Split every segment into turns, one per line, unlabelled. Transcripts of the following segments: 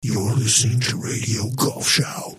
You're listening to Radio Golf Show.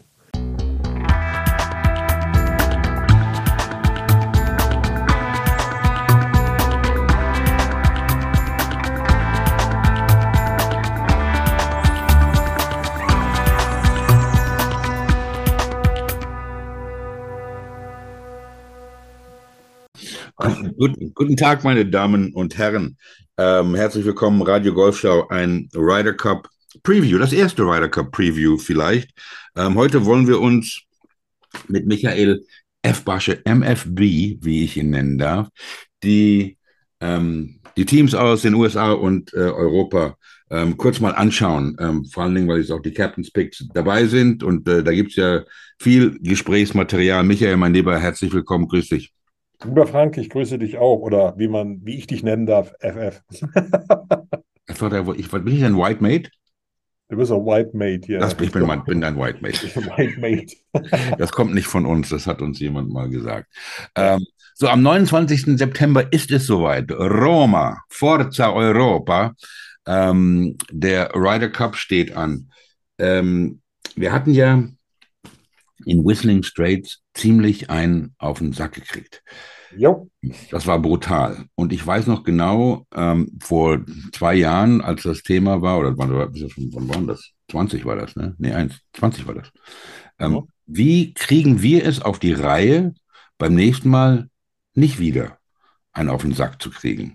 Guten Tag, meine Damen und Herren. Herzlich willkommen, Radio Golfschau, ein Ryder Cup Preview, das erste Ryder Cup Preview vielleicht. Heute wollen wir uns mit Michael F. Basche, MFB, wie ich ihn nennen darf, die Teams aus den USA und Europa kurz mal anschauen. Vor allen Dingen, weil jetzt auch die Captain's Picks dabei sind und da gibt es ja viel Gesprächsmaterial. Michael, mein Lieber, herzlich willkommen, grüß dich.
Lieber Frank, ich grüße dich auch, oder wie ich dich nennen darf, FF.
Ich bin ich ein White Mate?
Du bist ein White Mate, ja.
Ich bin ein White Mate.
White Mate.
Das kommt nicht von uns, das hat uns jemand mal gesagt. So, am 29. September ist es soweit. Roma, Forza Europa. Der Ryder Cup steht an. Wir hatten ja in Whistling Straits ziemlich einen auf den Sack gekriegt.
Jo.
Das war brutal. Und ich weiß noch genau, vor 2 Jahren, als das Thema war, oder wann war das? 20 war das, ne? Nee, 20 war das. Wie kriegen wir es auf die Reihe, beim nächsten Mal nicht wieder einen auf den Sack zu kriegen?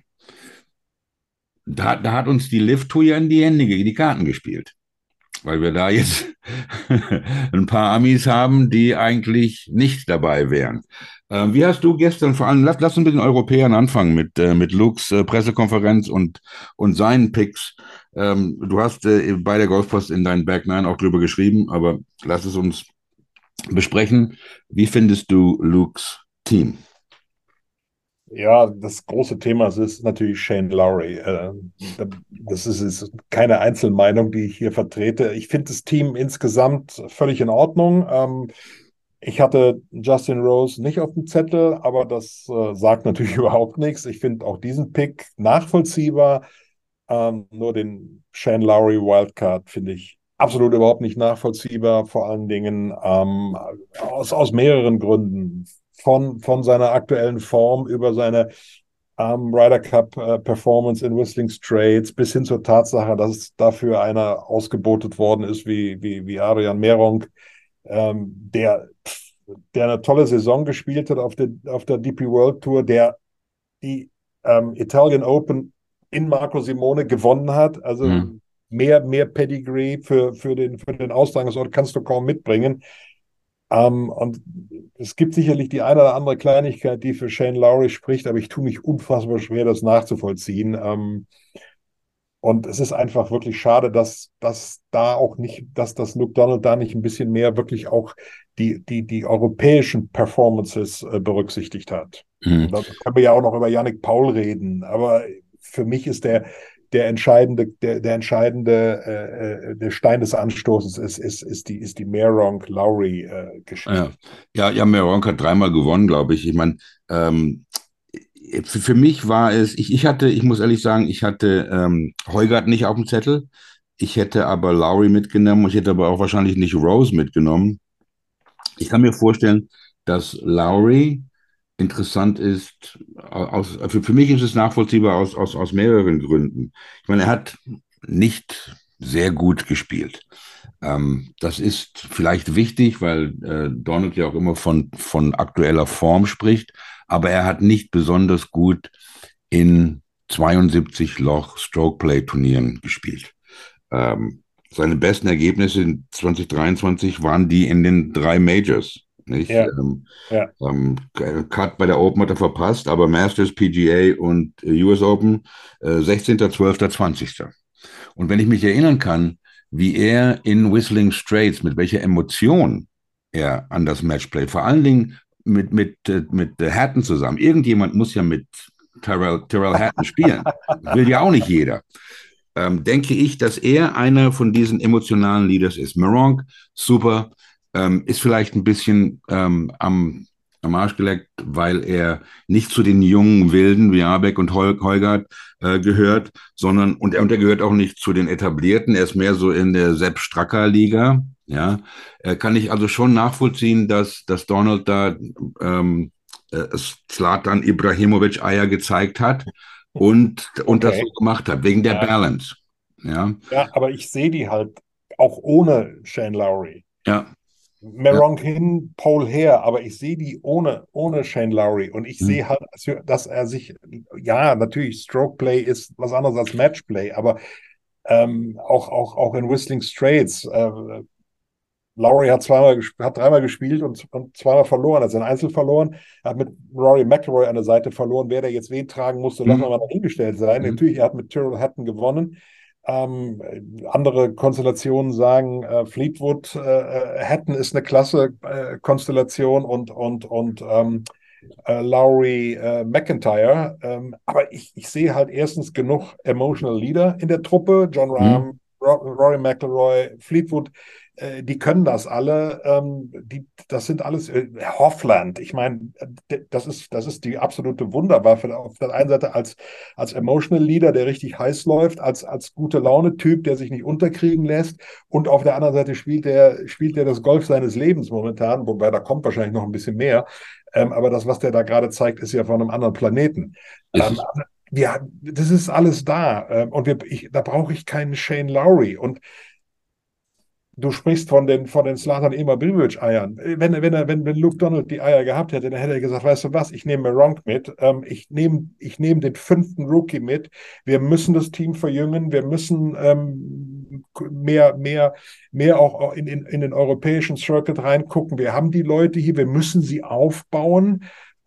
Da hat uns die Lift Tour ja in die Karten gespielt. Weil wir da jetzt ein paar Amis haben, die eigentlich nicht dabei wären. Wie hast du gestern, vor allem, lass uns mit den Europäern anfangen, mit Lukes Pressekonferenz und seinen Picks. Du hast bei der Golfpost in deinen Back 9 auch drüber geschrieben, aber lass es uns besprechen. Wie findest du Lukes Team?
Ja, das große Thema ist natürlich Shane Lowry. Das ist keine Einzelmeinung, die ich hier vertrete. Ich finde das Team insgesamt völlig in Ordnung. Ich hatte Justin Rose nicht auf dem Zettel, aber das sagt natürlich überhaupt nichts. Ich finde auch diesen Pick nachvollziehbar. Nur den Shane Lowry Wildcard finde ich absolut überhaupt nicht nachvollziehbar. Vor allen Dingen aus mehreren Gründen. Von seiner aktuellen Form über seine Ryder Cup Performance in Whistling Straits bis hin zur Tatsache, dass dafür einer ausgebotet worden ist wie Adrian Meronk, der eine tolle Saison gespielt hat auf der DP World Tour, der die Italian Open in Marco Simone gewonnen hat. Also mehr Pedigree für den Austragungsort kannst du kaum mitbringen. Und es gibt sicherlich die eine oder andere Kleinigkeit, die für Shane Lowry spricht, aber ich tue mich unfassbar schwer, das nachzuvollziehen. Und es ist einfach wirklich schade, dass das Luke Donald da nicht ein bisschen mehr wirklich auch die europäischen Performances berücksichtigt hat. Da können wir ja auch noch über Yannick Paul reden, aber für mich ist der entscheidende Stein des Anstoßes ist die Meronk-Lowry-Geschichte.
Ja, Meronk hat 3-mal gewonnen, glaube ich. Ich meine, für mich war es, ich muss ehrlich sagen, ich hatte Højgaard nicht auf dem Zettel. Ich hätte aber Lowry mitgenommen. Ich hätte aber auch wahrscheinlich nicht Rose mitgenommen. Ich kann mir vorstellen, dass Lowry interessant ist, für mich ist es nachvollziehbar aus mehreren Gründen. Ich meine, er hat nicht sehr gut gespielt. Das ist vielleicht wichtig, weil Donald ja auch immer von aktueller Form spricht, aber er hat nicht besonders gut in 72 Loch Stroke-Play-Turnieren gespielt. Seine besten Ergebnisse in 2023 waren die in den 3 Majors. Nicht?
Ja.
Cut bei der Open hat er verpasst, aber Masters, PGA und US Open 16., 12., 20. Und wenn ich mich erinnern kann, wie er in Whistling Straits, mit welcher Emotion er an das Matchplay, vor allen Dingen mit Hatton zusammen, irgendjemand muss ja mit Tyrrell Hatton spielen, will ja auch nicht jeder. Denke ich, dass er einer von diesen emotionalen Leaders ist. Meronk, super, ist vielleicht ein bisschen am am Arsch geleckt, weil er nicht zu den jungen Wilden wie Abeck und Heugart gehört, sondern, und er gehört auch nicht zu den Etablierten, er ist mehr so in der Sepp Stracker-Liga, ja. Kann ich also schon nachvollziehen, dass Donald da Zlatan Ibrahimovic Eier gezeigt hat und das so
Okay.
gemacht hat, wegen der
Ja,
Balance, ja.
ja, aber ich sehe die halt auch ohne Shane Lowry.
Ja, ja.
Meronk hin, Paul her, aber ich sehe die ohne Shane Lowry und ich
Hm.
sehe halt, dass er sich, ja, natürlich, Stroke Play ist was anderes als Matchplay, aber auch in Whistling Straits, Lowry hat dreimal gespielt und zweimal verloren, also ein Einzel verloren. Er hat mit Rory McIlroy eine Seite verloren. Wer da jetzt wen tragen musste, lassen wir
Hm.
mal dahingestellt sein.
Hm.
Natürlich, er hat mit Tyrrell Hatton gewonnen. Andere Konstellationen sagen, Fleetwood Hatton ist eine klasse Konstellation und Lowry McIntyre. Aber ich sehe halt erstens genug Emotional Leader in der Truppe. John
Hm.
Rahm, Rory McIlroy, Fleetwood, die können das alle. Das sind alles Hoffland. Ich meine, das ist die absolute Wunderwaffe. Auf der einen Seite als Emotional Leader, der richtig heiß läuft, als gute Laune-Typ, der sich nicht unterkriegen lässt. Und auf der anderen Seite spielt der das Golf seines Lebens momentan, wobei da kommt wahrscheinlich noch ein bisschen mehr. Aber das, was der da gerade zeigt, ist ja von einem anderen Planeten.
Ist es.
Das ist alles da. Da brauche ich keinen Shane Lowry. Und du sprichst von den Zlatan Ibrahimovic-Eiern. Wenn Luke Donald die Eier gehabt hätte, dann hätte er gesagt, weißt du was, ich nehme Meronk mit, ich nehm den 5. Rookie mit. Wir müssen das Team verjüngen, wir müssen mehr auch in den europäischen Circuit reingucken. Wir haben die Leute hier, wir müssen sie aufbauen.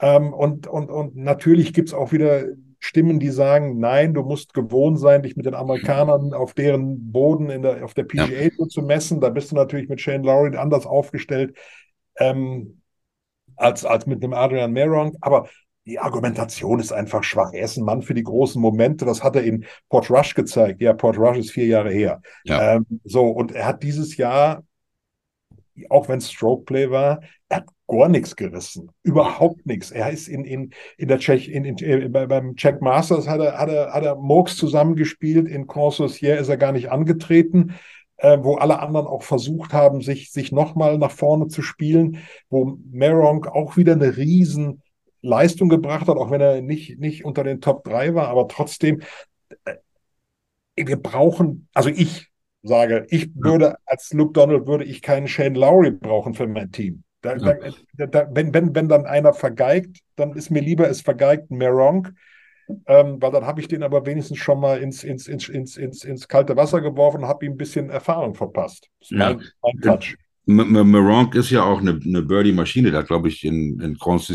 Und natürlich gibt es auch wieder Stimmen, die sagen, nein, du musst gewohnt sein, dich mit den Amerikanern auf deren Boden auf der
Ja,
PGA Tour zu messen. Da bist du natürlich mit Shane Lowry anders aufgestellt ähm, als mit einem Adrian Meronk. Aber die Argumentation ist einfach schwach. Er ist ein Mann für die großen Momente. Das hat er in Portrush gezeigt. Ja, Portrush ist 4 Jahre her.
ja,
Und er hat dieses Jahr, auch wenn es Strokeplay war, er hat gar nichts gerissen. Überhaupt nichts. Er ist in der beim Czech Masters hat er Murks zusammengespielt. In Corsair ist er gar nicht angetreten, wo alle anderen auch versucht haben, sich nochmal nach vorne zu spielen, wo Meronk auch wieder eine riesen Leistung gebracht hat, auch wenn er nicht unter den Top 3 war, aber trotzdem, wir brauchen, also ich sage,
ja,
als Luke Donald würde ich keinen Shane Lowry brauchen für mein Team.
ja.
Wenn dann einer vergeigt, dann ist mir lieber, es vergeigt Meronk, weil dann habe ich den aber wenigstens schon mal ins kalte Wasser geworfen und habe ihm ein bisschen Erfahrung verpasst. Das ist
Ja.
mein Touch.
Meronk ist ja auch eine Birdie-Maschine. Der hat, glaube ich, in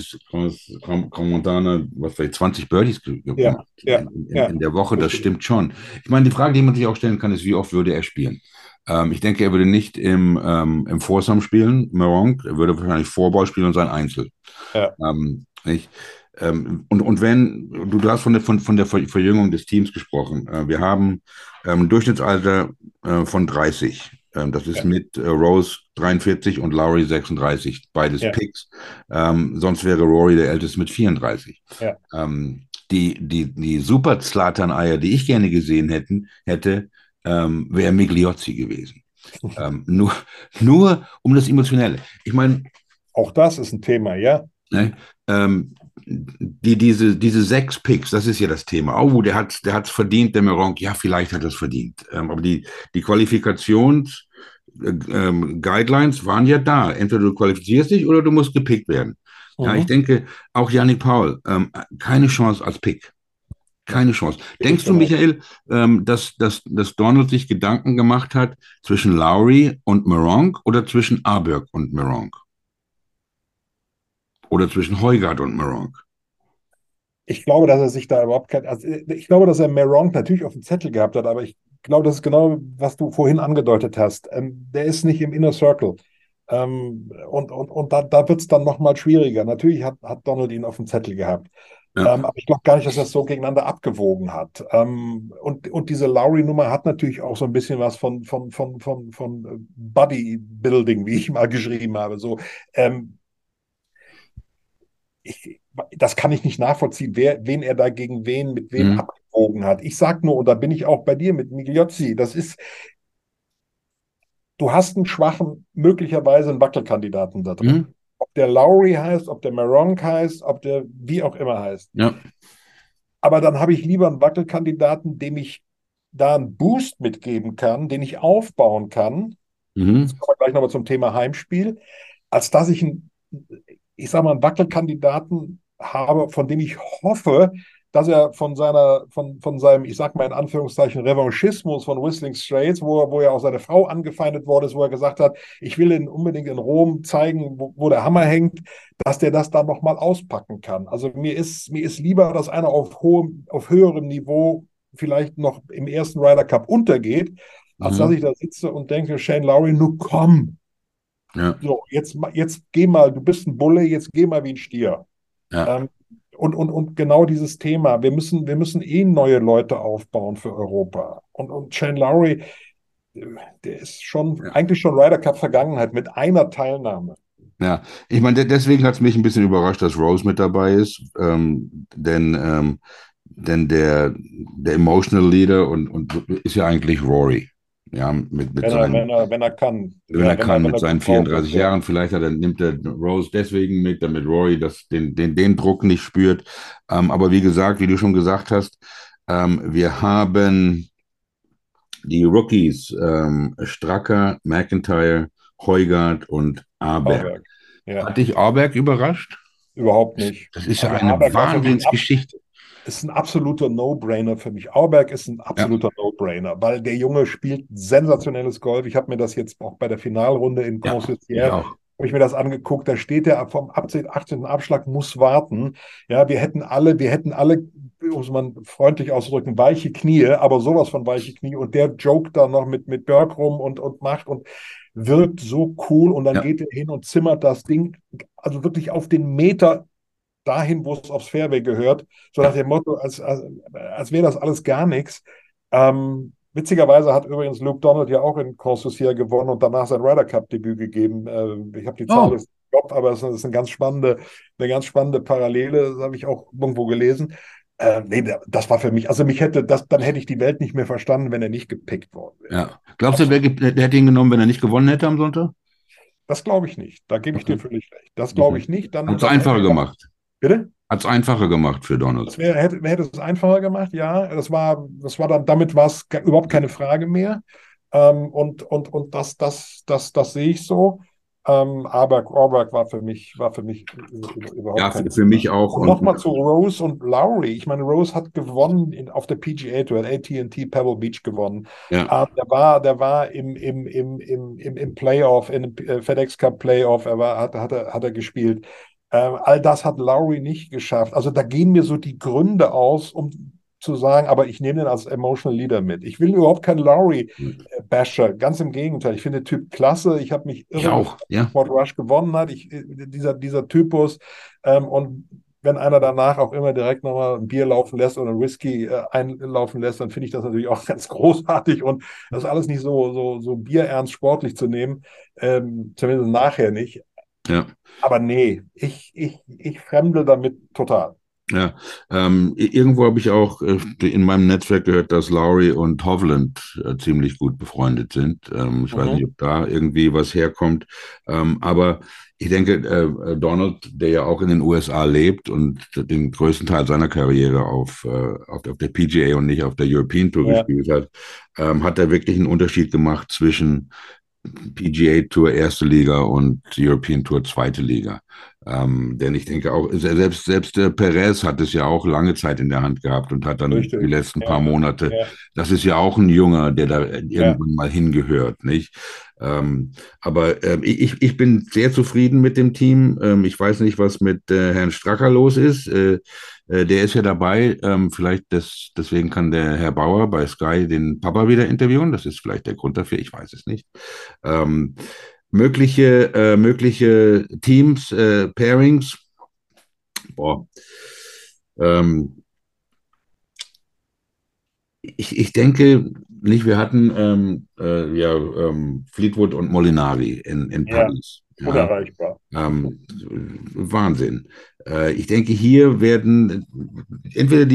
Montana, was weiß ich, 20 Birdies
Ja,
gemacht
ja,
in
ja.
der Woche. Das stimmt schon. Ich meine, die Frage, die man sich auch stellen kann, ist, wie oft würde er spielen? Ich denke, er würde nicht im Foursome spielen, Meronk. Er würde wahrscheinlich Fourball spielen und sein Einzel.
Ja,
Nicht? Und wenn, du hast von der Verjüngung des Teams gesprochen. Wir haben ein Durchschnittsalter von 30. Das ist
ja,
mit Rose 43 und Lowry 36, beides
ja,
Picks. Sonst wäre Rory der Älteste mit 34.
ja.
Die Super Zlatan-Eier, die ich gerne gesehen hätte, wäre Migliozzi gewesen. Nur, nur um das Emotionelle. Ich meine,
Auch das ist ein Thema, ja.
ne, diese 6 Picks, das ist ja das Thema. Oh, der hat's verdient, der Meronk. Ja, vielleicht hat er es verdient. Aber die Qualifikations Guidelines waren ja da. Entweder du qualifizierst dich oder du musst gepickt werden. Ja, ich
Mhm.
denke, auch Yannick Paul, keine Chance als Pick.
Ja,
Keine Chance.
bin ich
Denkst du,
genau.
Michael, dass Donald sich Gedanken gemacht hat zwischen Lowry und Meronk oder zwischen Aberg und Meronk? Oder zwischen Heugart und Meronk?
Ich glaube, dass er sich da überhaupt kein, also ich glaube, dass er Meronk natürlich auf dem Zettel gehabt hat, aber ich glaube, das ist genau, was du vorhin angedeutet hast. Der ist nicht im Inner Circle. Und da wird es dann nochmal schwieriger. Natürlich hat Donald ihn auf dem Zettel gehabt.
Ja,
Aber ich glaube gar nicht, dass er es so gegeneinander abgewogen hat. Und diese Lowry-Nummer hat natürlich auch so ein bisschen was von Bodybuilding, wie ich mal geschrieben habe. So, das kann ich nicht nachvollziehen, wen er da gegen wen, mit wem
Mhm.
abgewogen hat. Ich sag nur, und da bin ich auch bei dir mit Migliozzi, du hast einen schwachen, möglicherweise einen Wackelkandidaten da drin.
Mhm.
Ob der Lowry heißt, ob der Meronk heißt, ob der wie auch immer heißt.
Ja.
Aber dann habe ich lieber einen Wackelkandidaten, dem ich da einen Boost mitgeben kann, den ich aufbauen kann. Jetzt
Mhm.
kommen wir gleich nochmal zum Thema Heimspiel, als dass ich sage mal, einen Wackelkandidaten habe, von dem ich hoffe, dass er von seinem, ich sag mal in Anführungszeichen, Revanchismus von Whistling Straits, wo er auch seine Frau angefeindet worden ist, wo er gesagt hat, ich will ihn unbedingt in Rom zeigen, wo der Hammer hängt, dass der das dann nochmal auspacken kann. Also mir ist lieber, dass einer auf höherem Niveau vielleicht noch im ersten Ryder Cup untergeht, als dass
Mhm.
ich da sitze und denke, Shane Lowry, nun komm,
Ja.
so, jetzt geh mal, du bist ein Bulle, jetzt geh mal wie ein Stier.
Ja.
Ähm, und genau dieses Thema, wir müssen neue Leute aufbauen für Europa. Und Shane Lowry, der ist
Ja.
eigentlich schon Ryder Cup Vergangenheit mit einer Teilnahme.
Ja, ich meine, deswegen hat es mich ein bisschen überrascht, dass Rose mit dabei ist, denn der Emotional Leader und ist ja eigentlich Rory. Ja, mit
Wenn er,
seinen,
wenn er, wenn er kann,
wenn er
ja,
kann,
wenn
mit
er
seinen
gut drauf
34
ist, ja.
Jahren, vielleicht nimmt er Rose deswegen mit, damit Rory den Druck nicht spürt. Aber wie gesagt, wie du schon gesagt hast, wir haben die Rookies, Stracker, McIntyre, Heugart und Aberg.
Auberg. Ja,
Hat dich Aberg überrascht?
überhaupt nicht.
Das ist ja
Also
eine
Auberg war für mich
Wahnsinnsgeschichte.
ist ein absoluter No-Brainer für mich. Auberg ist ein
Ja,
absoluter No-Brainer, weil der Junge spielt sensationelles Golf. Ich habe mir das jetzt auch bei der Finalrunde in
ja, ich
Courvoisier,
auch.
habe ich mir das angeguckt. Da steht er vom 18. Abschlag, muss warten. Ja, wir hätten alle, muss man freundlich ausdrücken, weiche Knie, aber sowas von weiche Knie. Und der jokt da noch mit Berg rum und macht und wirkt so cool. Und dann
Ja,
geht er hin und zimmert das Ding, also wirklich auf den Meter dahin, wo es aufs Fairway gehört, so nach
ja,
dem Motto, als wäre das alles gar nichts. Witzigerweise hat übrigens Luke Donald ja auch in Courvoisier gewonnen und danach sein Ryder Cup-Debüt gegeben. Ich habe die Zahl
oh,
jetzt im Kopf, aber es ist eine ganz spannende Parallele, das habe ich auch irgendwo gelesen. Nee, das war für mich, also dann hätte ich die Welt nicht mehr verstanden, wenn er nicht gepickt worden wäre.
ja. Glaubst du,
Absolut.
der hätte ihn genommen, wenn er nicht gewonnen hätte am Sonntag?
Das glaube ich nicht. Da gebe ich dir
Okay.
völlig recht. Das glaube
Okay.
ich nicht.
Hat
Dann,
es
dann hätte
einfacher
er,
gemacht.
bitte?
Hat es einfacher gemacht für Donald.
Hätte es einfacher gemacht, ja. Das war dann, damit war es überhaupt keine Frage mehr. Und das sehe ich so. Aber Auerbach war für mich
Ja,
überhaupt kein
für
Thema.
mich auch.
Und nochmal zu Rose und Lowry. Ich meine, Rose hat gewonnen auf der PGA Tour, hat AT&T Pebble Beach gewonnen.
Ja,
Der war im Playoff, im FedEx Cup Playoff, hat er gespielt. All das hat Lowry nicht geschafft. Also da gehen mir so die Gründe aus, um zu sagen, aber ich nehme den als Emotional Leader mit. Ich will überhaupt keinen Lowry-Basher. Ganz im Gegenteil. Ich finde den Typ klasse. Ich habe mich
ich
irre
auch.
gefreut, dass
Ja,
Fort Rush gewonnen hat. Dieser Typus. Und wenn einer danach auch immer direkt nochmal ein Bier laufen lässt oder ein Whisky einlaufen lässt, dann finde ich das natürlich auch ganz großartig. Und das ist alles nicht so bierernst sportlich zu nehmen. Zumindest nachher nicht.
ja.
Aber nee, ich fremdel damit total.
Ja, irgendwo habe ich auch in meinem Netzwerk gehört, dass Lowry und Hovland ziemlich gut befreundet sind. Ich weiß nicht,
Mhm.
ob da irgendwie was herkommt. Aber ich denke, Donald, der ja auch in den USA lebt und den größten Teil seiner Karriere auf der PGA und nicht auf der European Tour
Ja,
gespielt hat, hat er wirklich einen Unterschied gemacht zwischen PGA Tour erste Liga und European Tour zweite Liga. Denn ich denke auch, selbst Perez hat es ja auch lange Zeit in der Hand gehabt und hat dann die
richtig.
letzten paar
Ja,
Monate,
ja,
das ist ja auch ein Junger, der da
ja.
irgendwann mal hingehört, nicht? Aber ich bin sehr zufrieden mit dem Team. Ich weiß nicht, was mit Herrn Stracker los ist. Der ist ja dabei. Deswegen kann der Herr Bauer bei Sky den Papa wieder interviewen. Das ist vielleicht der Grund dafür. Ich weiß es nicht. Ähm, mögliche Teams, Pairings. Boah. Ähm, ich denke nicht, wir hatten Fleetwood und Molinari in
Ja,
Paris. Ja,
unerreichbar.
Wahnsinn. Ich denke, hier werden entweder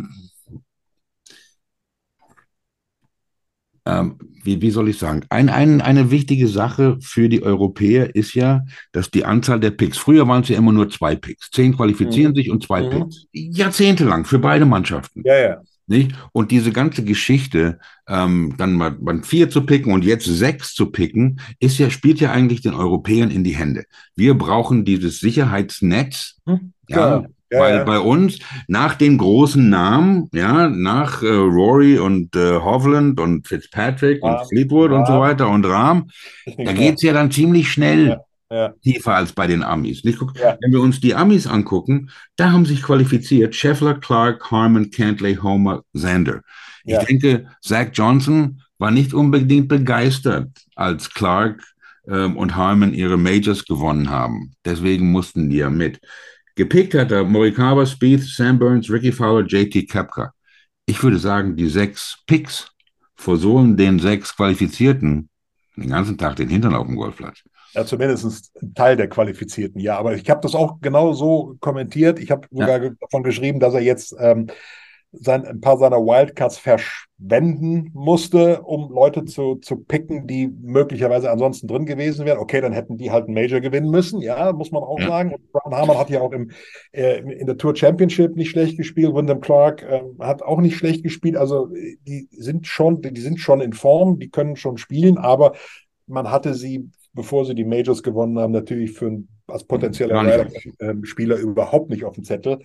wie soll ich sagen, eine wichtige Sache für die Europäer ist ja, dass die Anzahl der Picks, früher waren es ja immer nur zwei Picks, 10 qualifizieren
Mhm.
sich und zwei
Mhm.
Picks, jahrzehntelang für beide Mannschaften.
Ja, ja,
Nicht? Und diese ganze Geschichte, dann mal vier zu picken und jetzt sechs zu picken, spielt ja eigentlich den Europäern in die Hände. Wir brauchen dieses Sicherheitsnetz, ja,
genau. Ja,
weil
ja.
bei uns nach den großen Namen, ja, nach Rory und Hovland und Fitzpatrick und Fleetwood und so
Rahm
weiter und Rahm,
ist
da
nichts mehr.
geht's ja dann ziemlich schnell
Ja, ja,
tiefer als bei den Amis. Nicht?
ja,
Wenn wir uns die Amis angucken, da haben sich qualifiziert Scheffler, Clark, Harmon, Cantley, Homer, Xander. Ich
ja.
denke, Zach Johnson war nicht unbedingt begeistert, als Clark und Harmon ihre Majors gewonnen haben. Deswegen mussten die ja mit. Gepickt hat er Morikawa, Spieth, Sam Burns, Ricky Fowler, JT Koepka. Ich würde sagen, die sechs Picks versohlen den sechs Qualifizierten den ganzen Tag den Hintern auf dem Golfplatz.
Ja, zumindest ein Teil der Qualifizierten, ja. Aber ich habe das auch genau so kommentiert. Ich habe
Ja.
sogar davon geschrieben, dass er jetzt ein paar seiner Wildcards verschwenden musste, um Leute zu picken, die möglicherweise ansonsten drin gewesen wären. Okay, dann hätten die halt ein Major gewinnen müssen, ja, muss man auch
Ja.
sagen. Und Brian Harman hat ja auch in der Tour Championship nicht schlecht gespielt. Wyndham Clark hat auch nicht schlecht gespielt. Also die sind schon in Form, die können schon spielen, aber man hatte sie, bevor sie die Majors gewonnen haben, natürlich als potenzieller
Gar nicht auf.
Ryder-Spieler überhaupt nicht auf dem Zettel.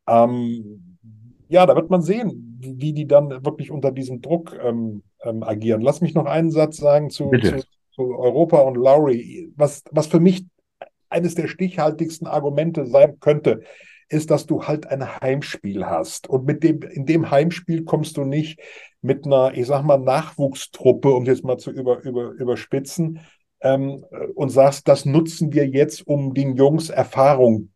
Ja, da wird man sehen, wie die dann wirklich unter diesem Druck agieren. Lass mich noch einen Satz sagen
Bitte.
zu Europa und Lowry. Was für mich eines der stichhaltigsten Argumente sein könnte, ist, dass du halt ein Heimspiel hast. Und in dem Heimspiel kommst du nicht mit einer, ich sag mal, Nachwuchstruppe, um jetzt mal zu überspitzen, und sagst, das nutzen wir jetzt, um den Jungs Erfahrung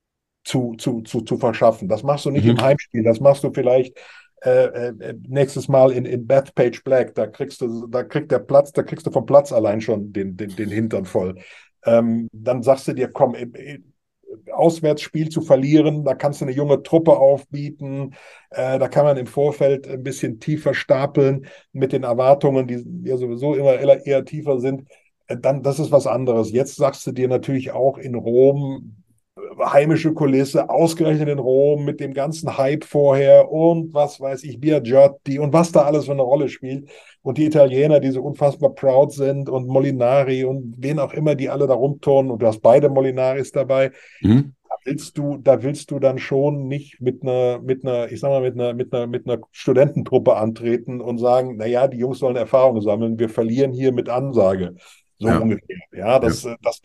zu verschaffen. Das machst du nicht im
Mhm.
Heimspiel, das machst du vielleicht nächstes Mal in Bethpage Black. Da kriegst du vom Platz allein schon den Hintern voll. Dann sagst du dir, komm, Auswärtsspiel zu verlieren, da kannst du eine junge Truppe aufbieten, da kann man im Vorfeld ein bisschen tiefer stapeln mit den Erwartungen, die ja sowieso immer eher tiefer sind. Dann, das ist was anderes. Jetzt sagst du dir natürlich auch in Rom, heimische Kulisse, ausgerechnet in Rom mit dem ganzen Hype vorher und was weiß ich, Biagiotti und was da alles für eine Rolle spielt. Und die Italiener, die so unfassbar proud sind und Molinari und wen auch immer, die alle da rumturnen und du hast beide Molinaris dabei.
Mhm.
Da willst du dann schon nicht ich sag mal, mit einer Studententruppe antreten und sagen, naja, die Jungs sollen Erfahrung sammeln, wir verlieren hier mit Ansage. So
Ja.
ungefähr. Ja,
Ja.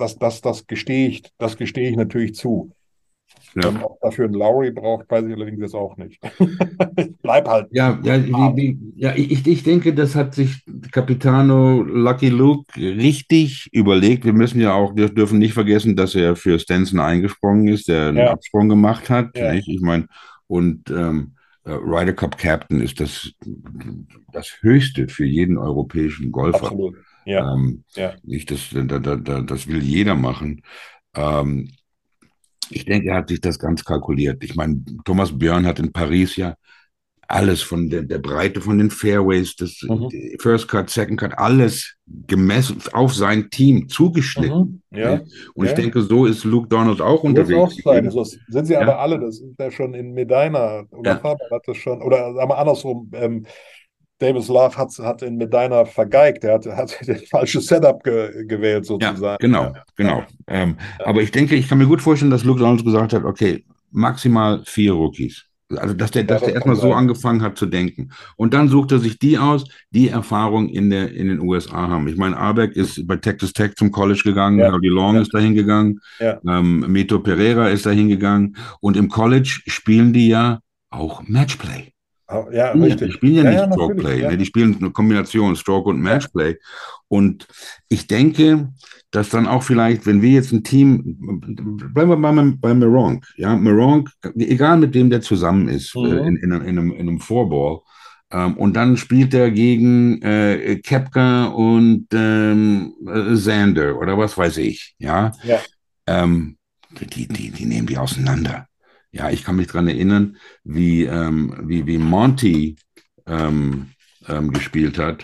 das gestehe ich natürlich zu.
Ja.
Ob dafür ein Lowry braucht, weiß ich allerdings jetzt auch nicht. Ich bleib halt
Ja, ja,
hart.
ich denke, das hat sich Capitano Lucky Luke richtig überlegt. Wir dürfen nicht vergessen, dass er für Stenson eingesprungen ist, der einen
Ja,
Absprung gemacht hat,
ja,
nicht? Ich meine, und Ryder Cup Captain ist das Höchste für jeden europäischen Golfer.
absolut. Ja, ja.
Nicht, das will jeder machen. Ähm, Ich denke, er hat sich das ganz kalkuliert. Ich meine, Thomas Björn hat in Paris ja alles von der Breite von den Fairways,
Mhm.
First Cut, Second Cut, alles gemessen auf sein Team zugeschnitten.
Mhm.
Ne?
Ja,
Und ich
ja.
denke, so ist Luke Donald auch
Wird es auch
unterwegs
sein.
gewesen.
So sind sie aber
Ja,
alle. Das ist ja schon in Medina oder
ja,
Faber hat das schon, oder sagen wir andersrum, Davis Love hat in Medina vergeigt. Er hat das falsche Setup gewählt,
ja,
sozusagen. Ja,
genau,
ja,
genau.
ja.
Aber ich denke, ich kann mir gut vorstellen, dass Luke Donald gesagt hat, okay, maximal vier Rookies. Also,
Ja,
dass der
das kann
erstmal so
sein.
angefangen hat zu denken. Und dann sucht er sich die aus, die Erfahrung in den USA haben. Ich meine, Arbeck ist bei Texas Tech zum College gegangen,
Ja,
Hardy Long
ja,
ist dahin gegangen,
ja.
Mito Pereira ist dahin gegangen. Und im College spielen die ja auch Matchplay.
Ja,
Die
richtig.
spielen ja
Ja, ja,
nicht
natürlich.
Strokeplay, ne?
Ja,
Die spielen eine Kombination Stroke und
ja.
Matchplay. Und ich denke, dass dann auch vielleicht, wenn wir jetzt ein Team, bleiben wir mal bei Meronk, ja, Meronk, egal mit dem der zusammen ist,
Mhm.
in einem Fourball, Und dann spielt er gegen Koepka und Xander oder was weiß ich. Ja,
Ja.
ähm, die nehmen die auseinander. Ja, ich kann mich daran erinnern, wie Monty ähm, gespielt hat,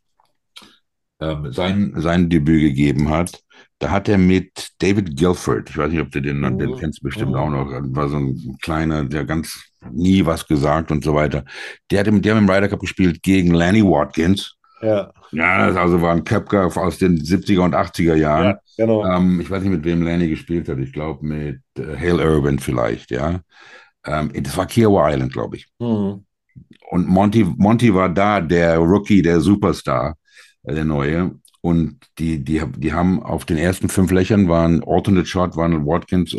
sein Debüt gegeben hat. Da hat er mit David Guilford, ich weiß nicht, ob du den
Mhm.
kennst du bestimmt auch
Mhm.
noch, war so ein kleiner, der ganz nie was gesagt und so weiter. Der hat im Ryder Cup gespielt gegen Lanny Watkins.
Ja.
Ja, das also war ein Koepka aus den 70er und 80er
Ja,
Jahren.
genau.
Ich weiß nicht, mit wem Lanny gespielt hat. Ich glaube, mit Hale Irwin vielleicht, ja. Das war Kiowa Island, glaube ich.
Mhm.
Und Monty war da, der Rookie, der Superstar, der Neue. Und die haben auf den ersten 5 Löchern waren Alternate Shot, waren Watkins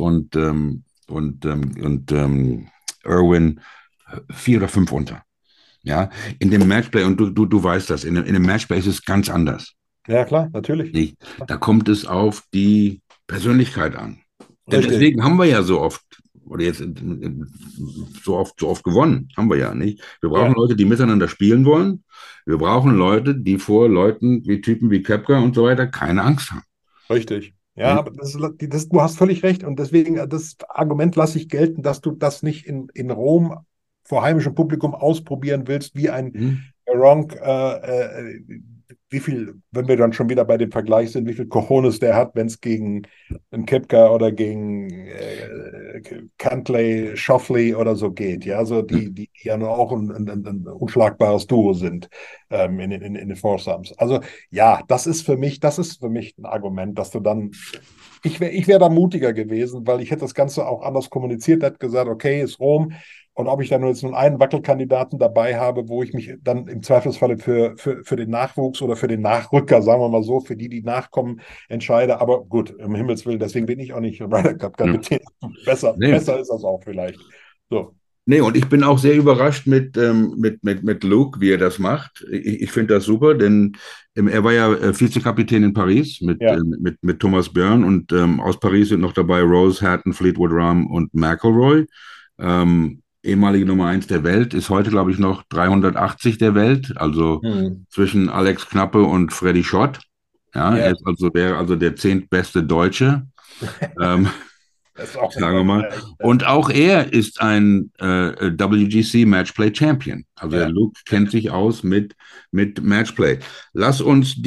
und Irwin 4 oder 5 unter. Ja, in dem Matchplay, und du weißt das, in dem Matchplay ist es ganz anders.
Ja, klar, natürlich.
Nicht? Da kommt es auf die Persönlichkeit an. Denn
Richtig.
deswegen haben wir ja so oft, oder jetzt so oft gewonnen, haben wir ja nicht. Wir brauchen
Ja,
Leute, die miteinander spielen wollen. Wir brauchen Leute, die vor Leuten wie Typen wie Koepka und so weiter keine Angst haben.
richtig. Ja,
Nicht?
aber du hast völlig recht. Und deswegen, das Argument lasse ich gelten, dass du das nicht in Rom vor heimischem Publikum ausprobieren willst, wie ein
Mhm.
Ronk, wie viel, wenn wir dann schon wieder bei dem Vergleich sind, wie viel Cojones der hat, wenn es gegen einen Koepka oder gegen Cantlay, Schauffele oder so geht. Ja, also die ja nur auch ein unschlagbares Duo sind in den Foursomes. Also ja, das ist für mich ein Argument, dass du dann, ich wär da mutiger gewesen, weil ich hätte das Ganze auch anders kommuniziert, hätte gesagt, okay, ist Rom. Und ob ich dann nur jetzt nur einen Wackelkandidaten dabei habe, wo ich mich dann im Zweifelsfalle für den Nachwuchs oder für den Nachrücker, sagen wir mal so, für die nachkommen, entscheide. Aber gut, um Himmels Willen, deswegen bin ich auch nicht Ryder
Ja.
Cup-Kapitän.
Nee.
Besser ist das auch vielleicht. So.
Nee, und ich bin auch sehr überrascht mit Luke, wie er das macht. Ich finde das super, denn er war ja Vizekapitän in Paris
Ja.
mit Thomas Björn und aus Paris sind noch dabei Rose, Hatton, Fleetwood Rahm und McIlroy. Ehemalige Nummer 1 der Welt, ist heute, glaube ich, noch 380 der Welt, also
Hm.
zwischen Alex Knappe und Freddy Schott. Ja,
Ja.
wäre also der 10. beste Deutsche. Ähm,
Das ist auch
Sagen wir
immer
mal.
recht. Ja.
Und auch er ist ein WGC Matchplay Champion. Also der
Ja.
Luke
Ja.
kennt sich aus mit Matchplay. Lass uns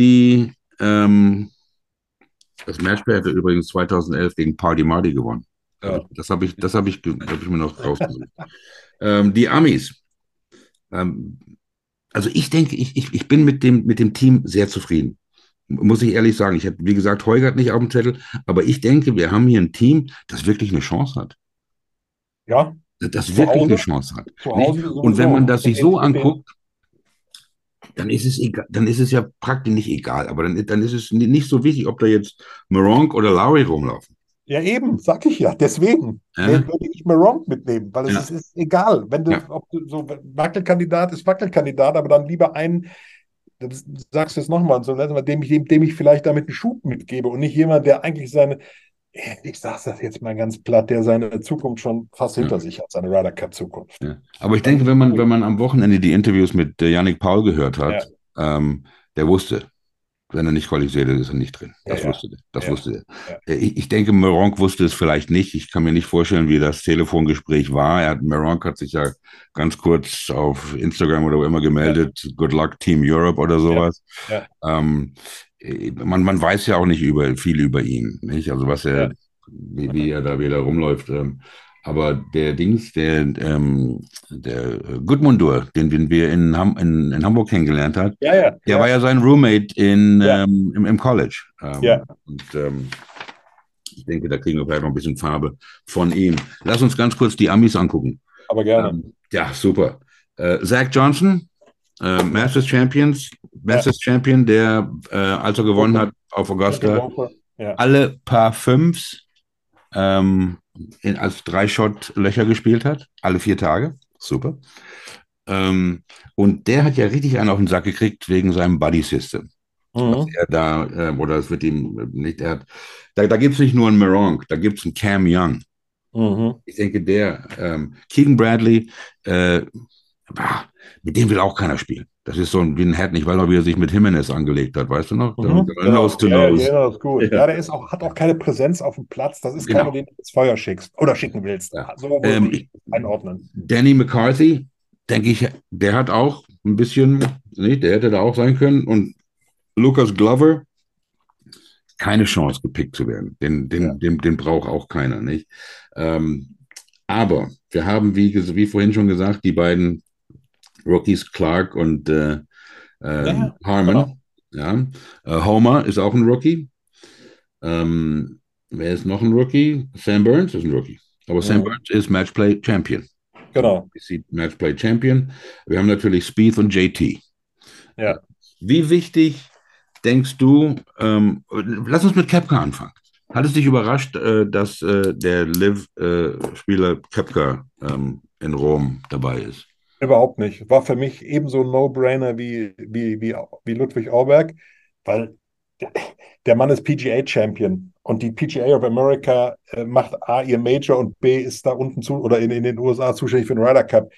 das Matchplay hat er übrigens 2011 gegen Party Marty gewonnen.
Ja.
Das hab ich mir noch rausgesucht. Die Amis. Ähm, also ich denke, ich bin mit dem Team sehr zufrieden. Muss ich ehrlich sagen. Ich habe, wie gesagt, Heugart nicht auf dem Zettel, aber ich denke, wir haben hier ein Team, das wirklich eine Chance hat.
Ja.
Das
Zu
wirklich eine
Hause,
Chance hat.
zu
Nicht?
Hause
Und wenn man
sowieso.
das sich so anguckt, dann ist es egal, dann ist es ja praktisch nicht egal, aber dann ist es nicht so wichtig, ob da jetzt Meronk oder Lowry rumlaufen.
Ja, eben, sag ich ja. Deswegen
Ja,
würde ich Meronk mitnehmen, weil es
ja,
ist egal. Wenn du,
ja.
ob du so Wackelkandidat ist Wackelkandidat, aber dann lieber einen, das sagst du es nochmal, so, dem ich vielleicht damit einen Schub mitgebe und nicht jemand, der eigentlich ich sag's das jetzt mal ganz platt, der seine Zukunft schon fast
Ja,
hinter sich hat, seine Ryder Cup Zukunft.
ja. Aber ich denke,
Dann,
wenn man am Wochenende die Interviews mit Yannick Paul gehört
ja,
hat, der wusste, wenn er nicht qualifiziert ist, ist er nicht drin.
ja,
Das
ja,
wusste der. Das
ja,
wusste
ja,
der. Ich denke, Meronk wusste es vielleicht nicht. Ich kann mir nicht vorstellen, wie das Telefongespräch war. Meronk hat sich ja ganz kurz auf Instagram oder wo immer
ja,
gemeldet, Good Luck Team Europe oder
ja,
sowas.
ja,
Ähm, man weiß ja auch nicht viel über ihn, nicht? Also
ja,
wie er da wieder rumläuft. Aber der Gudmundur, den wir in Hamburg kennengelernt haben,
ja, ja,
der war
ja,
ja sein Roommate
ja,
im College.
ja,
Ich denke, da kriegen wir vielleicht noch ein bisschen Farbe von ihm. Lass uns ganz kurz die Amis angucken.
aber gerne.
Ja, super. Zach Johnson,
Ja,
Masters Champion, der, als er gewonnen hat auf
Second
Augusta,
Open, ja.
alle Paar Fünfs als Drei-Shot-Löcher gespielt hat, alle 4 Tage. Super. Und der hat ja richtig einen auf den Sack gekriegt wegen seinem Buddy System. Was
Mhm.
er da, oder es wird ihm nicht, da gibt es nicht nur einen Meronk, da gibt es einen Cam Young.
Mhm.
Ich denke, Keegan Bradley, Mit dem will auch keiner spielen. Das ist so wie ein Hatton, ich weiß noch, wie er sich mit Jimenez angelegt hat, weißt du noch?
Genau.
Nose to
Ja, ich
nose.
erinnere das gut.
Ja,
Ja, hat auch keine Präsenz auf dem Platz. Das ist keiner,
genau.
den du ins Feuer schickst oder schicken willst.
Ja.
So würde ich das einordnen.
Danny McCarthy, denke ich, der hat auch ein bisschen, nicht, der hätte da auch sein können. Und Lucas Glover, keine Chance gepickt zu werden.
Ja.
Den braucht auch keiner, nicht? Ähm, aber wir haben, wie vorhin schon gesagt, die beiden Rookies Clark und
Ja, genau.
Harmon. Ja. Homer ist auch ein Rookie. Wer ist noch ein Rookie? Sam Burns ist ein Rookie. Aber Sam
Mhm.
Burns ist Matchplay Champion.
Genau.
Ist die Matchplay Champion. Wir haben natürlich Spieth und JT.
Ja.
Wie wichtig denkst du, lass uns mit Koepka anfangen. Hat es dich überrascht, dass der Live-Spieler Koepka in Rom dabei ist?
Überhaupt nicht. War für mich ebenso ein No-Brainer wie Ludwig Auberg, weil der Mann ist PGA-Champion und die PGA of America macht A ihr Major und B ist da unten zu oder in den USA zuständig für den Ryder Cup.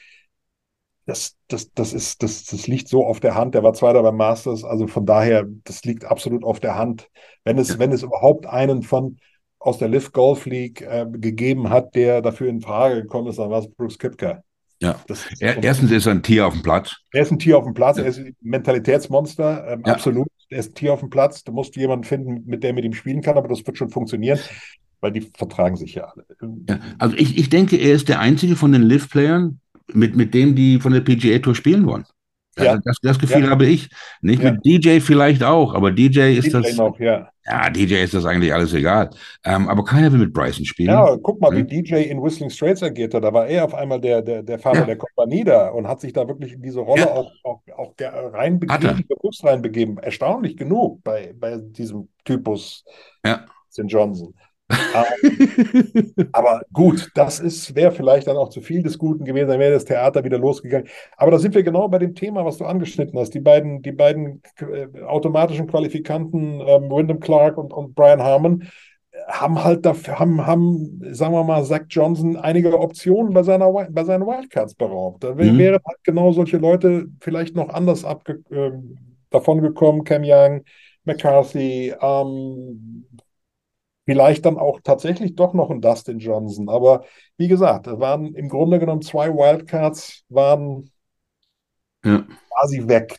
Das liegt so auf der Hand. Der war Zweiter beim Masters, also von daher, das liegt absolut auf der Hand.
Ja.
Wenn es überhaupt einen aus der Liv Golf League gegeben hat, der dafür in Frage gekommen ist, dann war es Brooks Koepka.
Ja.
Das,
Erstens ist er ein Tier auf dem Platz.
Er ist ein Tier auf dem Platz,
Ja.
er ist ein Mentalitätsmonster,
Ja.
absolut. Er ist ein Tier auf dem Platz. Du musst jemanden finden, mit ihm spielen kann, aber das wird schon funktionieren, weil die vertragen sich ja alle.
Ja. Also ich denke, er ist der einzige von den Live-Playern, mit dem die von der PGA Tour spielen wollen. Also
Ja,
das Gefühl
ja,
habe ich. Nicht
ja.
mit DJ vielleicht auch, aber DJ ist
DJ
das,
noch, ja.
ja, DJ ist das eigentlich alles egal. Aber keiner will mit Bryson spielen.
Ja, guck mal, wie
Ne?
DJ in Whistling Straits agiert hat. Da war er auf einmal der Vater
Ja,
der Kompanie da und hat sich da wirklich in diese Rolle
ja,
auch
hat er.
reinbegeben, bewusst reinbegeben. Erstaunlich genug bei diesem Typus
Ja.
St. Johnson. Aber gut, wäre vielleicht dann auch zu viel des Guten gewesen, dann wäre das Theater wieder losgegangen. Aber da sind wir genau bei dem Thema, was du angeschnitten hast. Die beiden automatischen Qualifikanten, Wyndham Clark und Brian Harmon, haben halt dafür, sagen wir mal, Zach Johnson einige Optionen bei seinen Wildcards beraubt. Da
Mhm.
wären halt genau solche Leute vielleicht noch anders davon gekommen, Cam Young, McCarthy, vielleicht dann auch tatsächlich doch noch ein Dustin Johnson. Aber wie gesagt, es waren im Grunde genommen zwei Wildcards, waren
Ja.
quasi weg,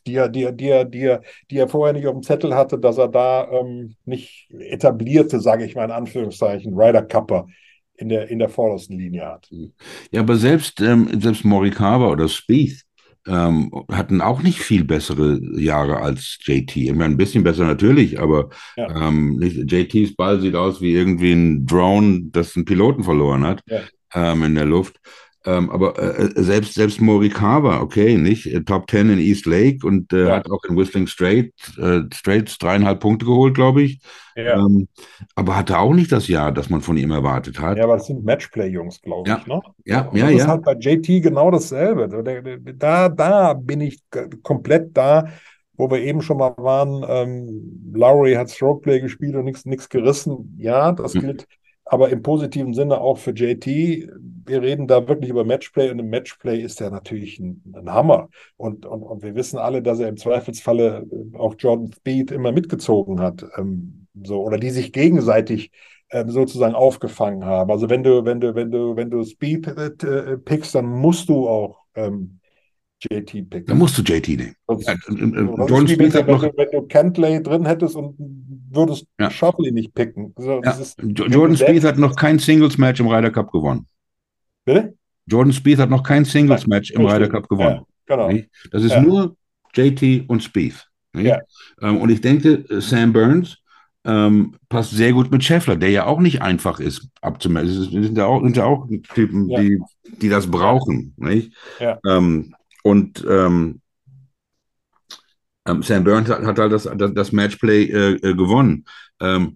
die er vorher nicht auf dem Zettel hatte, dass er da nicht etablierte, sage ich mal in Anführungszeichen, Ryder Cupper in der vordersten Linie hat.
Ja, aber selbst Morikawa oder Spieth hatten auch nicht viel bessere Jahre als JT. Ich meine, ein bisschen besser natürlich, aber
Ja,
JTs Ball sieht aus wie irgendwie ein Drone, das einen Piloten verloren hat
ja,
in der Luft. Aber selbst Morikawa, okay, nicht? Top 10 in East Lake und
ja,
hat auch in Whistling Straits 3,5 Punkte geholt, glaube ich.
ja.
Ähm, aber hatte auch nicht das Jahr, das man von ihm erwartet
Ja,
hat.
aber das sind Matchplay-Jungs, glaube
Ja,
ich, ne? So,
ja,
und
ja,
das ist
ja.
halt bei JT genau dasselbe. Da bin ich komplett da, wo wir eben schon mal waren. Lowry hat Strokeplay gespielt und nichts gerissen. Ja, das
Hm.
gilt, aber im positiven Sinne auch für JT. Wir reden da wirklich über Matchplay und im Matchplay ist er natürlich ein Hammer. Und wir wissen alle, dass er im Zweifelsfalle auch Jordan Speed immer mitgezogen hat. So, oder die sich gegenseitig sozusagen aufgefangen haben. Also wenn du Speed pickst, dann musst du auch JT
Da
picken.
musst du JT nehmen. Ja,
Das ist
Jordan
wie
Spieth hat noch,
wenn du Cantlay drin hättest und würdest
ja,
Schauffele nicht picken. Also
ja.
wenn du
Jordan Spieth
selbst,
hat noch kein Singles-Match im Ryder Cup gewonnen.
bitte?
Jordan Spieth hat noch kein
Nein,
Singles-Match im Ryder
richtig.
Cup gewonnen.
Ja, genau.
Nicht? Das ist
Ja,
nur JT und Spieth. Nicht?
ja,
Und ich denke, Sam Burns passt sehr gut mit Scheffler, der ja auch nicht einfach ist abzumelden. Das sind ja auch Typen,
ja,
die das
ja,
brauchen. Nicht?
ja.
Und Sam Burns hat halt das Matchplay gewonnen. Ähm,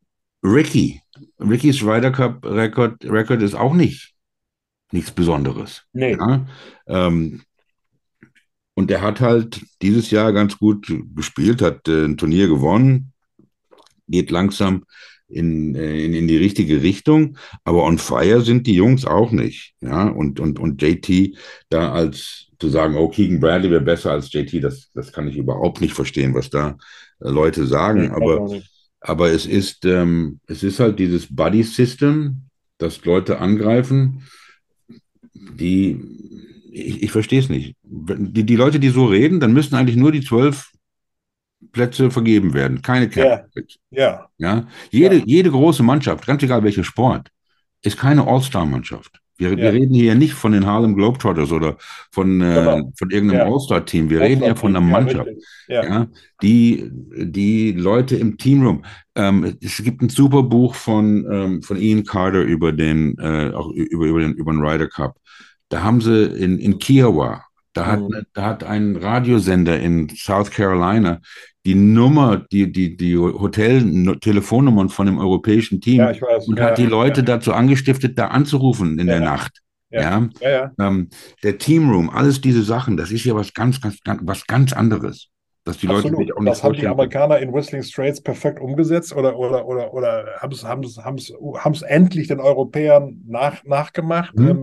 Rickys Ryder Cup Record ist auch nichts Besonderes.
Nee.
Ja? Ähm, und der hat halt dieses Jahr ganz gut gespielt, hat ein Turnier gewonnen, geht langsam in die richtige Richtung, aber on fire sind die Jungs auch nicht. Ja? Und JT da als zu sagen, oh, Keegan Bradley wäre besser als JT, das kann ich überhaupt nicht verstehen, was da Leute sagen.
Nee, weiß auch nicht.
Aber es ist halt dieses Buddy-System, dass Leute angreifen, die, ich verstehe es nicht. Die Leute, die so reden, dann müssten eigentlich nur die 12 Plätze vergeben werden, keine
Ja,
Cap-Plätze.
ja,
Ja?
ja,
Jede große Mannschaft, ganz egal welcher Sport, ist keine All-Star-Mannschaft. Wir
ja,
reden hier nicht von den Harlem Globetrotters oder
genau.
von irgendeinem
Ja,
All-Star-Team. Wir reden ja von einer
All-Star-Team, ja,
Mannschaft.
richtig. Ja.
Ja, die Leute im Teamroom. Es gibt ein super Buch von Ian Carter über über den Ryder Cup. Da haben sie in Kiowa,
Mhm.
da hat ein Radiosender in South Carolina die Hotel-Telefonnummern von dem europäischen
Ja,
Team
ich weiß.
und hat die
Ja,
Leute dazu angestiftet, da anzurufen in der
ja,
Nacht.
ja,
Ja,
ja, ja.
der Teamroom, alles diese Sachen, das ist ja was ganz anderes, dass die Leute sich
Absolut.
auch
Und
nicht
das haben die
vorstellen können.
Amerikaner in Whistling Straits perfekt umgesetzt oder haben es endlich den Europäern nachgemacht.
Mhm.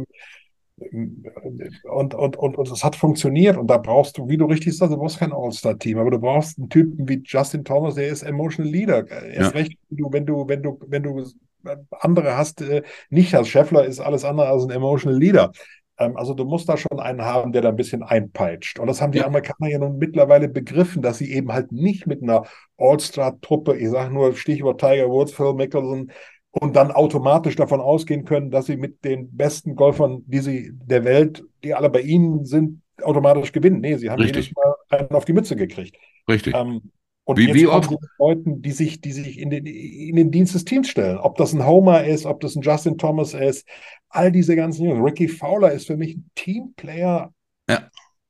Und es hat funktioniert. Und da brauchst du, wie du richtig sagst, du brauchst kein All-Star-Team, aber du brauchst einen Typen wie Justin Thomas, der ist Emotional Leader. Erst
Ja,
recht, wenn du andere hast, nicht hast. Scheffler ist alles andere als ein Emotional Leader. Also du musst da schon einen haben, der da ein bisschen einpeitscht. Und das haben die
ja,
Amerikaner ja nun mittlerweile begriffen, dass sie eben halt nicht mit einer All-Star-Truppe, ich sage nur Stichwort Tiger Woods, Phil Mickelson, und dann automatisch davon ausgehen können, dass sie mit den besten Golfern, die sie der Welt, die alle bei ihnen sind, automatisch gewinnen. Nee, sie haben jedes
richtig,
Mal einen auf die Mütze gekriegt.
richtig.
Und
Wie,
jetzt
wie
kommen
oft?
sie mit Leuten, die sich in den Dienst des Teams stellen. Ob das ein Homer ist, ob das ein Justin Thomas ist, all diese ganzen Jungs. Ricky Fowler ist für mich ein Teamplayer
Ja,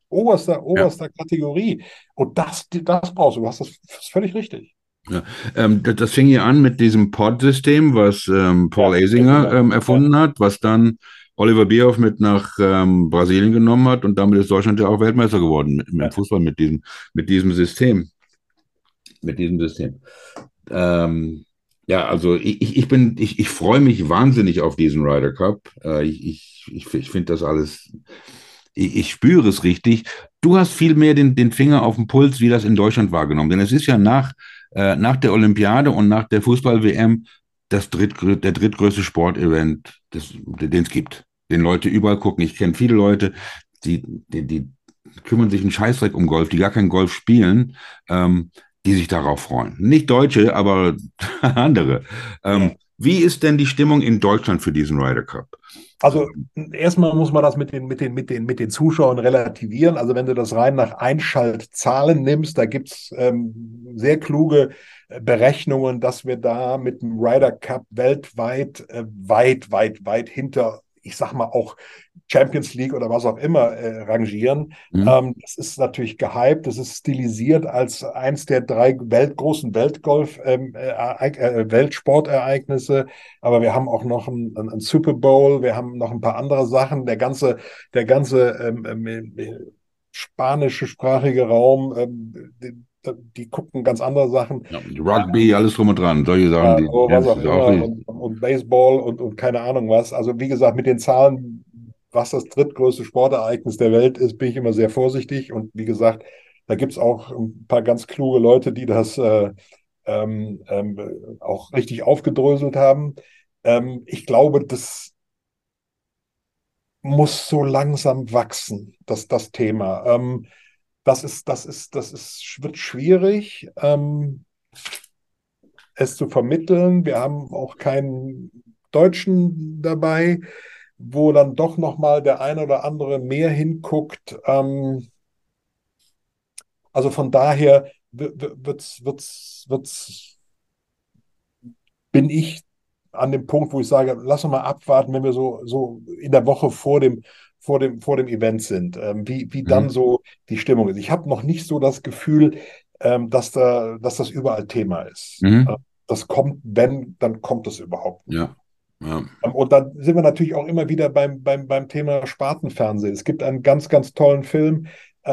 ja.
oberster Kategorie. Und das brauchst du. Du hast das völlig richtig.
Ja. Das fing hier an mit diesem Pod-System, was Paul
Ja,
Azinger
Basinger. Ja,
erfunden hat, was dann Oliver Bierhoff mit nach Brasilien genommen hat und damit ist Deutschland ja auch Weltmeister geworden im
ja.
Fußball mit diesem System. Mit diesem System. Ähm, ja, also ich freue mich wahnsinnig auf diesen Ryder Cup. Ich finde das alles, ich spüre es richtig. Du hast viel mehr den Finger auf den Puls, wie das in Deutschland wahrgenommen. Denn es ist ja nach der Olympiade und nach der Fußball-WM der drittgrößte Sportevent, den es gibt. Den Leute überall gucken. Ich kenne viele Leute, die kümmern sich einen Scheißdreck um Golf, die gar kein Golf spielen. Die sich darauf freuen. Nicht Deutsche, aber andere.
Ja.
Wie ist denn die Stimmung in Deutschland für diesen Ryder Cup?
Also erstmal muss man das mit den Zuschauern relativieren. Also wenn du das rein nach Einschaltzahlen nimmst, da gibt es sehr kluge Berechnungen, dass wir da mit dem Ryder Cup weltweit weit hinter, ich sag mal auch Champions League oder was auch immer rangieren.
Hm?
Das ist natürlich gehypt, das ist stilisiert als eins der drei großen Weltsportereignisse. Aber wir haben auch noch ein Super Bowl, wir haben noch ein paar andere Sachen. Der ganze spanische sprachige Raum, die gucken ganz andere Sachen.
Ja, Rugby, alles drum und dran, solche Sachen, ja,
Was
das
auch
ist auch
immer
richtig.
und Baseball und keine Ahnung was. Also wie gesagt, mit den Zahlen, was das drittgrößte Sportereignis der Welt ist, bin ich immer sehr vorsichtig. Und wie gesagt, da gibt es auch ein paar ganz kluge Leute, die das auch richtig aufgedröselt haben. Ich glaube, das muss so langsam wachsen, das Thema. Wird schwierig. Es zu vermitteln. Wir haben auch keinen Deutschen dabei, wo dann doch noch mal der eine oder andere mehr hinguckt. Also von daher bin ich an dem Punkt, wo ich sage, lass uns mal abwarten, wenn wir so in der Woche vor dem Event sind, wie dann
Mhm.
so die Stimmung ist. Ich habe noch nicht so das Gefühl, dass das überall Thema ist.
Mhm.
Das kommt, wenn, dann kommt es überhaupt noch.
Ja, ja.
Und dann sind wir natürlich auch immer wieder beim Thema Spartenfernsehen. Es gibt einen ganz tollen Film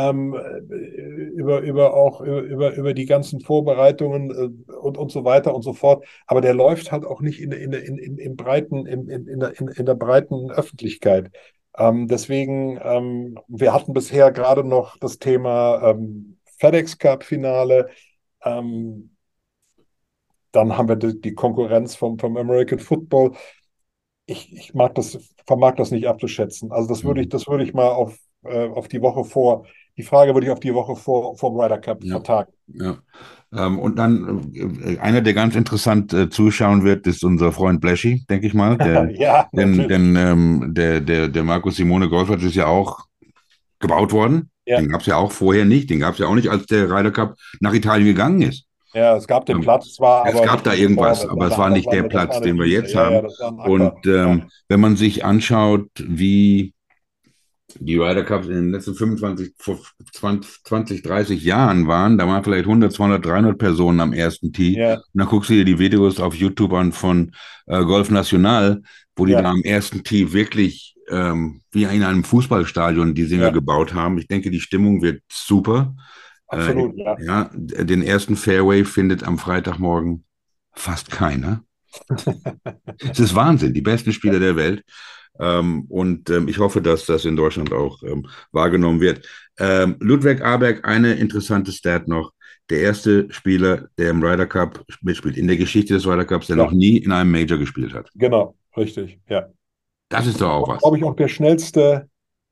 über die ganzen Vorbereitungen und so weiter und so fort. Aber der läuft halt auch nicht in der breiten Öffentlichkeit. Deswegen, wir hatten bisher gerade noch das Thema FedEx Cup Finale. Ähm, Dann haben wir die Konkurrenz vom American Football. Ich vermag das nicht abzuschätzen. Also
Mhm.
das würde ich mal auf die Woche vor, die Frage würde ich auf die Woche vor Ryder Cup
Ja,
vertagen.
ja. Und dann einer, der ganz interessant zuschauen wird, ist unser Freund Bleschi, denke ich mal.
Ja, natürlich.
Der Marco Simone Golfert ist ja auch gebaut worden.
Ja,
Den gab es ja auch vorher nicht. Den gab es ja auch nicht, als der Ryder Cup nach Italien gegangen ist.
ja, es gab den
Ähm,
Platz zwar,
Es
aber
gab
nicht
da
in Form.
irgendwas, aber es war nicht der
Das war
Platz,
eine
den wir
Wiese.
jetzt
Ja, ja,
haben.
das war ein Acker.
Und
Ja,
wenn man sich anschaut, wie die Ryder Cups in den letzten 25, vor 20, 30 Jahren waren, da waren vielleicht 100, 200, 300 Personen am ersten Tee.
ja,
Und dann guckst du dir die Videos auf YouTube an von Golf National, wo die da
ja,
am ersten Tee wirklich wie in einem Fußballstadion die Dinger
ja,
gebaut haben. Ich denke, die Stimmung wird super.
absolut, ja.
Ja, den ersten Fairway findet am Freitagmorgen fast keiner. Es ist Wahnsinn, die besten Spieler der Welt. Ich hoffe, dass das in Deutschland auch wahrgenommen wird. Ludwig Aberg, eine interessante Stat noch. Der erste Spieler, der im Ryder Cup mitspielt, in der Geschichte des Ryder Cups, der noch
Ja,
nie in einem Major gespielt hat.
genau, richtig. Ja.
Das ist doch auch was.
Glaube ich auch der schnellste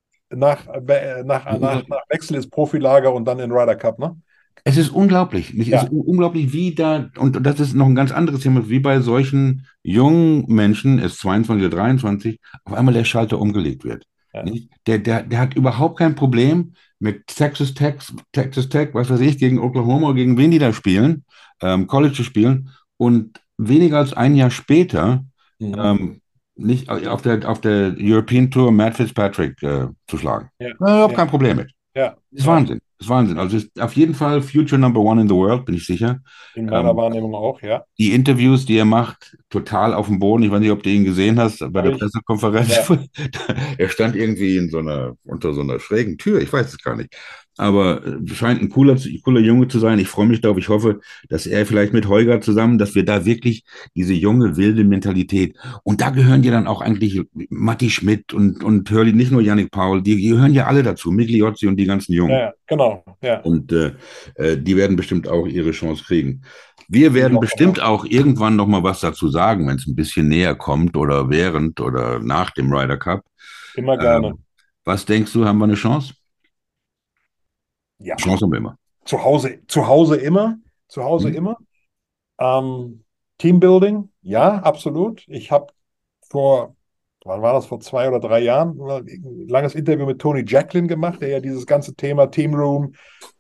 nach Wechsel ins Profilager und dann in Ryder Cup, ne?
Es ist unglaublich. Es ist
Ja,
unglaublich, wie da, und das ist noch ein ganz anderes Thema, wie bei solchen jungen Menschen, ist 22 oder 23, auf einmal der Schalter umgelegt wird.
ja,
Nicht? Der hat überhaupt kein Problem mit Texas Tech, was weiß ich, gegen Oklahoma, gegen wen die da spielen, College zu spielen und weniger als ein Jahr später
mhm.
ähm, nicht auf der European Tour Matt Fitzpatrick zu schlagen.
Ja,
Überhaupt
ja,
kein Problem mit.
ja,
Das ist
ja.
Wahnsinn. Das ist Wahnsinn. Also ist auf jeden Fall Future Number One in the World, bin ich sicher.
In meiner
Ähm,
Wahrnehmung auch, ja.
die Interviews, die er macht, total auf dem Boden. Ich weiß nicht, ob du ihn gesehen hast bei der
Habe ich,
Pressekonferenz.
ja,
Er stand irgendwie unter so einer schrägen Tür. Ich weiß es gar nicht. Aber scheint ein cooler Junge zu sein. Ich freue mich darauf. Ich hoffe, dass er vielleicht mit Holger zusammen, dass wir da wirklich diese junge, wilde Mentalität, und da gehören ja dann auch eigentlich Matti Schmidt und Hurley, nicht nur Yannick Paul, die gehören ja alle dazu, Migliozzi und die ganzen
ja,
Jungen.
ja, genau, ja.
Und die werden bestimmt auch ihre Chance kriegen. Wir
Gehe ich
werden
auch von
bestimmt
aus.
auch irgendwann noch mal was dazu sagen, wenn es ein bisschen näher kommt oder während oder nach dem Ryder Cup.
Immer gerne.
Ähm, Was denkst du, haben wir eine Chance?
Ja,
Chance haben wir immer.
zu Hause immer, zu Hause
Hm?
immer. Teambuilding, ja, absolut. Ich habe vor, wann war das, vor 2 oder 3 Jahren, ein langes Interview mit Tony Jacklin gemacht, der ja dieses ganze Thema Teamroom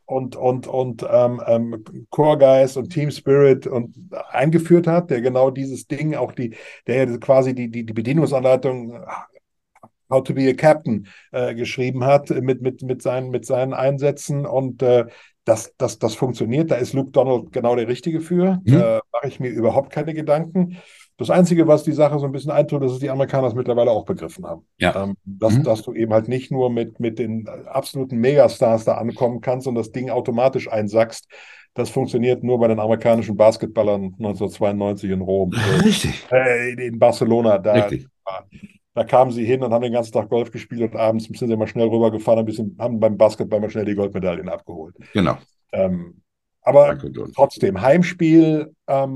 und Core Guys und Team Spirit und eingeführt hat, der genau dieses Ding, der ja quasi die Bedienungsanleitung How to be a Captain geschrieben hat mit seinen Einsätzen und das funktioniert. Da ist Luke Donald genau der Richtige für.
Hm?
Da mache ich mir überhaupt keine Gedanken. Das Einzige, was die Sache so ein bisschen eintut, ist, dass die Amerikaner es mittlerweile auch begriffen haben.
Ja. Hm?
Dass du eben halt nicht nur mit den absoluten Megastars da ankommen kannst und das Ding automatisch einsackst. Das funktioniert nur bei den amerikanischen Basketballern 1992 in Rom,
Richtig,
in Barcelona.
richtig.
Da kamen sie hin und haben den ganzen Tag Golf gespielt und abends sind sie mal schnell rübergefahren, haben beim Basketball mal schnell die Goldmedaillen abgeholt.
Genau.
Ähm, aber
Danke, Don.
trotzdem, Heimspiel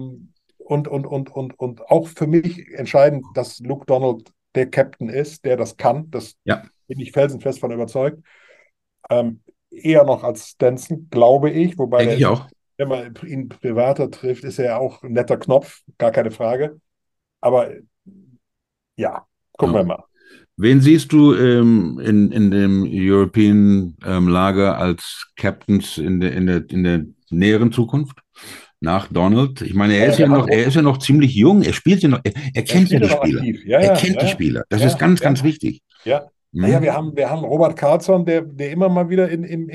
und auch für mich entscheidend, dass Luke Donald der Captain ist, der das kann. Das
Ja,
bin ich felsenfest von überzeugt. Eher noch als Stenson, glaube ich, wobei
denke
der
ich
ist,
auch.
wenn man ihn privater trifft, ist er ja auch ein netter Knopf, gar keine Frage. Aber ja, gucken
Ja.
wir mal.
Wen siehst du in dem European Lager als Captains in der näheren Zukunft? Nach Donald? Ich meine,
Wir haben,
er ist ja noch ziemlich jung. Er spielt ja noch, er
er
kennt ja
spielt
die
ja noch
Spieler.
aktiv. Ja,
Er
ja,
kennt die
ja,
Spieler. Das ist
ja,
ganz,
ja,
ganz wichtig.
ja. Naja,
Hm?
wir haben Robert Karlsson, der immer mal wieder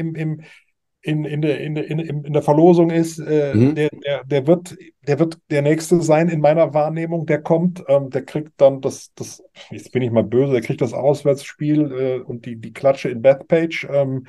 in der Verlosung ist.
Mhm.
Der wird der Nächste sein in meiner Wahrnehmung, der kommt. Der kriegt dann jetzt bin ich mal böse, der kriegt das Auswärtsspiel und die Klatsche in Bethpage.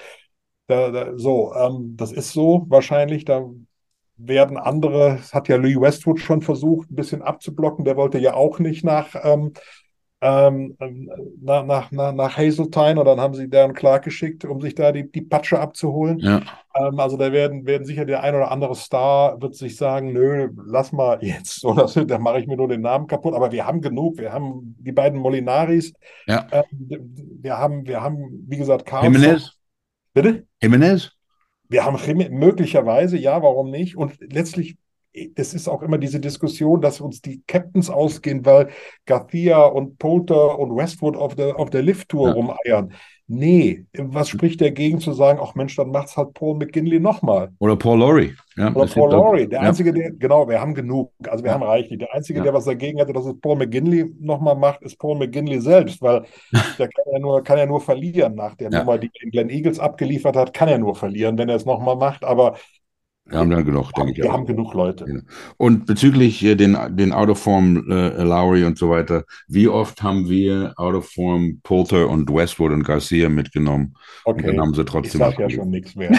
Das ist so wahrscheinlich. Da werden andere, das hat ja Louis Westwood schon versucht, ein bisschen abzublocken. Der wollte ja auch nicht nach Hazeltine und dann haben sie Darren Clarke geschickt, um sich da die Patsche abzuholen.
Ja,
Also da werden sicher der ein oder andere Star wird sich sagen, nö, lass mal jetzt, oder so, da mache ich mir nur den Namen kaputt. Aber wir haben genug. Wir haben die beiden Molinaris.
ja.
Wir haben, wie gesagt, Carlson.
Jimenez?
Bitte?
Jimenez?
Wir haben möglicherweise, ja, warum nicht? Und letztlich, es ist auch immer diese Diskussion, dass uns die Captains ausgehen, weil Garcia und Poulter und Westwood auf der Lift-Tour
Ja.
rumeiern. Nee, was spricht dagegen zu sagen, ach Mensch, dann macht's halt Paul McGinley nochmal.
Oder Paul Lawrie. Ja,
Oder
es
Paul
gibt auch,
Lawrie, der
ja,
Einzige, genau, wir haben genug, also wir
ja,
haben reichlich. Der Einzige,
ja,
der was dagegen hätte, dass es Paul McGinley nochmal macht, ist Paul McGinley selbst, weil der kann ja nur verlieren nach der
ja.
Nummer, die er in Glen Eagles abgeliefert hat, kann er nur verlieren, wenn er es nochmal macht, aber
Wir haben dann genug, denke ich
wir
auch.
haben genug Leute.
Genau. Und bezüglich den Out-of-Form Lowry und so weiter, wie oft haben wir Out-of-Form Poulter und Westwood und Garcia mitgenommen und dann
Okay,
haben sie
ich
trotzdem
sage ja
abgelegt.
schon nichts mehr.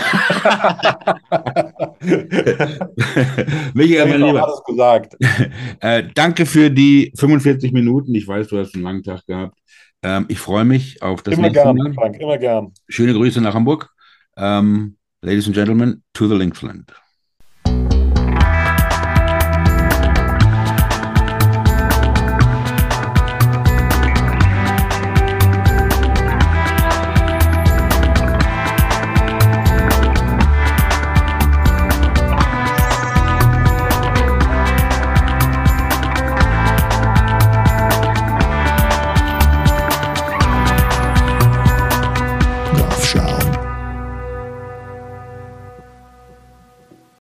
Michael,
Habe ich
mein
doch
Lieber,
alles gesagt.
danke für die 45 Minuten. Ich weiß, du hast einen langen Tag gehabt. Ich freue mich auf das
Immer
nächste
gern,
Mal.
Frank, immer gern.
Schöne Grüße nach Hamburg. Ladies and Gentlemen, to the Linksland.